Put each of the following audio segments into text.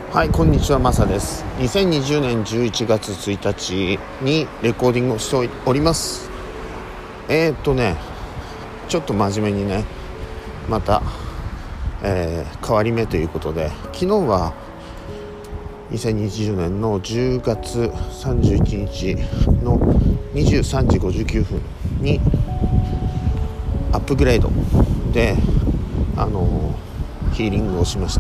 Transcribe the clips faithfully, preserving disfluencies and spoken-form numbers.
はい、こんにちは、マサです。にせんにじゅうねんじゅういちがつついたちにレコーディングをしております。えーっとねちょっと真面目にねまた、えー、変わり目ということで、昨日はにせんにじゅうねんのじゅうがつさんじゅういちにちのにじゅうさんじごじゅうきゅうふんにアップグレードであのヒーリングをしました。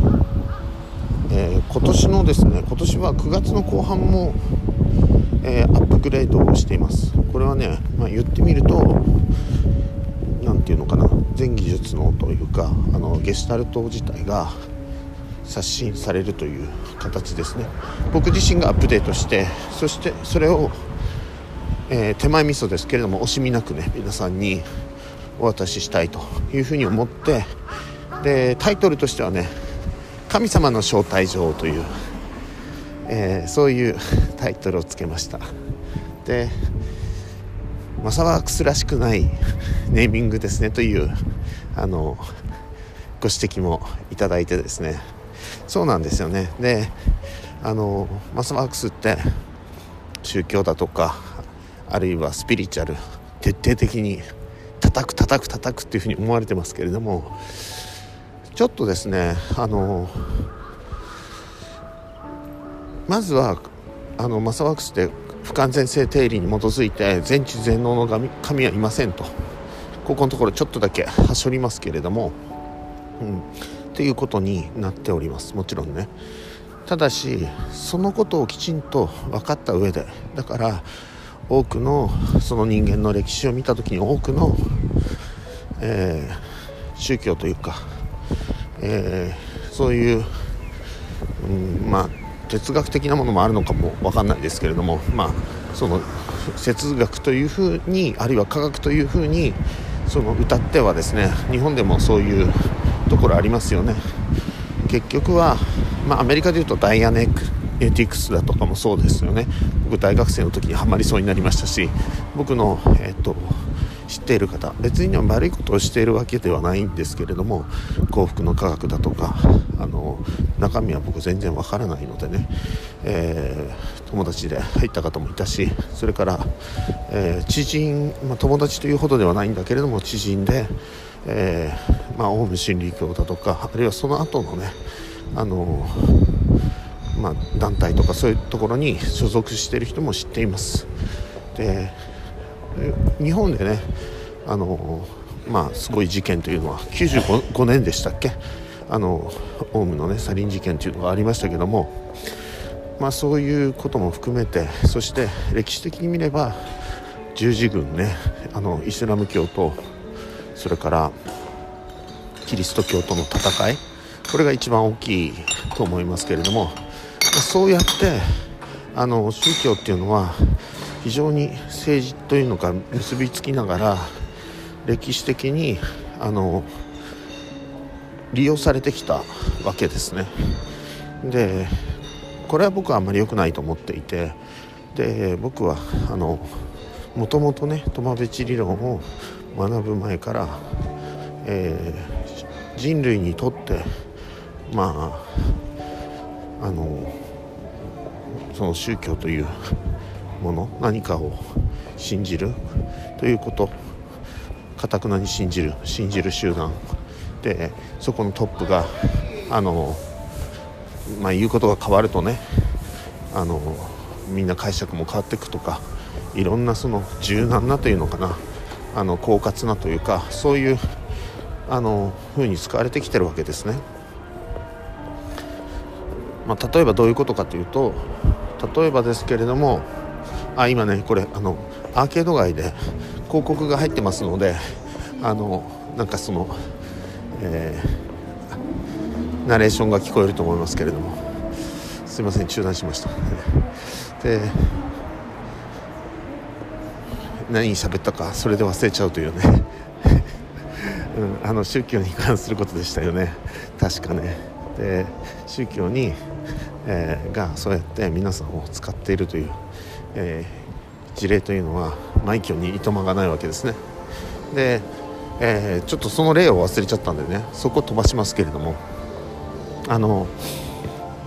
えー、今年のですね今年はくがつの後半も、えー、アップグレードをしています。これはね、まあ、言ってみるとなんていうのかな、全技術のというかあのゲシュタルト自体が刷新されるという形ですね。僕自身がアップデートして、そしてそれを、えー、手前味噌ですけれども惜しみなくね皆さんにお渡ししたいというふうに思って、でタイトルとしてはね神様の招待状という、えー、そういうタイトルをつけました。でマサワークスらしくないネーミングですねというあのご指摘もいただいてですね、そうなんですよね。であのマサワークスって宗教だとかあるいはスピリチュアル徹底的に叩く叩く叩くっていうふうに思われてますけれども、ちょっとですねあのまずはあのマサワークスって不完全性定理に基づいて全知全能の神, 神はいませんと、ここのところちょっとだけはしょりますけれども、うん、っていうことになっております。もちろんね、ただしそのことをきちんと分かった上で、だから多くのその人間の歴史を見たときに多くの、えー、宗教というかえー、そういう、うん、まあ哲学的なものもあるのかも分かんないですけれども、まあその哲学というふうにあるいは科学というふうにその歌ってはですね、日本でもそういうところありますよね。結局は、まあ、アメリカでいうとダイアネエティクスだとかもそうですよね。僕大学生の時にハマりそうになりましたし、僕のえっと知っている方、別に悪いことをしているわけではないんですけれども、幸福の科学だとかあの中身は僕全然わからないのでね、えー、友達で入った方もいたし、それから、えー、知人、まあ、友達というほどではないんだけれども知人で、えーまあ、オウム真理教だとかあるいはその後のねあの、まあ、団体とかそういうところに所属している人も知っています。で日本でねあのまあすごい事件というのはきゅうじゅうごねんでしたっけ、あのオウムのねサリン事件というのがありましたけども、まあそういうことも含めて、そして歴史的に見れば十字軍ね、あのイスラム教とそれからキリスト教との戦い、これが一番大きいと思いますけれども、そうやってあの宗教っていうのは非常に政治というのが結びつきながら歴史的にあの利用されてきたわけですね。でこれは僕はあんまり良くないと思っていて、で僕はあのもともとねトマベチ理論を学ぶ前から、えー、人類にとってまああのその宗教というもの、何かを信じるということ、堅くなに信じる信じる集団で、そこのトップがあの、まあ、言うことが変わるとねあのみんな解釈も変わっていくとか、いろんなその柔軟なというのかな、あの狡猾なというか、そういうあの風に使われてきてるわけですね。まあ、例えばどういうことかというと、例えばですけれども、あ今ねこれあのアーケード街で広告が入ってますので、あのなんかその、えー、ナレーションが聞こえると思いますけれども、すいません中断しました。で何喋ったかそれで忘れちゃうというね、うん、あの宗教に関することでしたよね確かね。で宗教に、えー、がそうやって皆さんを使っているという、えー、事例というのは枚挙にいとまがないわけですね。で、えー、ちょっとその例を忘れちゃったんでね、そこ飛ばしますけれども、あの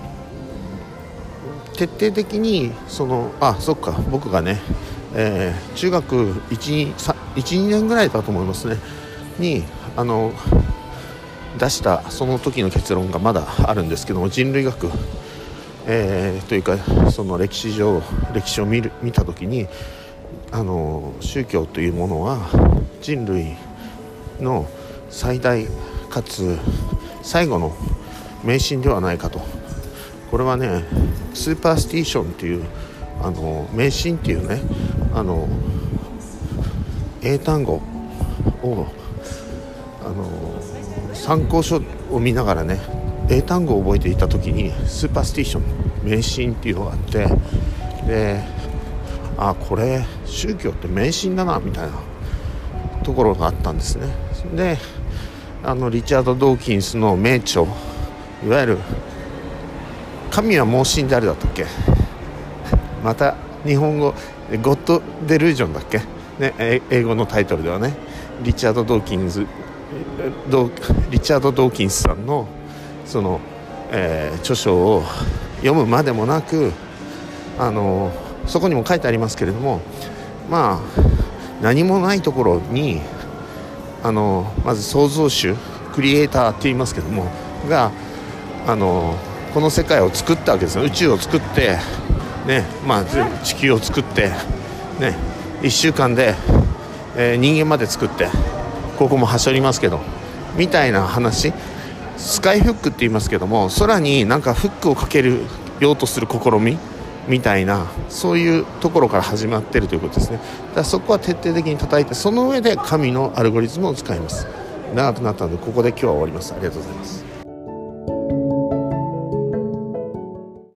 徹底的にそのあそっか僕がね、えー、中学いち、にねんぐらいだと思いますねにあの出したその時の結論がまだあるんですけども、人類学、えー、というかその歴史上歴史を見る見た時にあの宗教というものは人類の最大かつ最後の迷信ではないかと。これはねスーパースティーションというあの迷信っていうねあの英単語をあの参考書を見ながらね英単語を覚えていた時にスーパースティーション迷信っていうのがあって、であこれ宗教って迷信だなみたいなところがあったんですね。であのリチャード・ドーキンスの名著、いわゆる神は盲信であるだったっけ、また日本語ゴッド・デルージョンだっけ、ね、英語のタイトルではねリチャード・ドーキンスドリチャード・ドーキンスさんのその、えー、著書を読むまでもなく、あのそこにも書いてありますけれども、まあ何もないところにあのまず創造主クリエイターって言いますけどもがあのこの世界を作ったわけですよ。宇宙を作ってね、まあ地球を作ってねいっしゅうかんで、えー、人間まで作って、ここもはしょりますけどみたいな話、スカイフックって言いますけども、空になんかフックをかけるようとする試みみたいな、そういうところから始まっているということですね。だからそこは徹底的に叩いて、その上で神のアルゴリズムを使います。長くなったのでここで今日は終わります。ありがとうございます。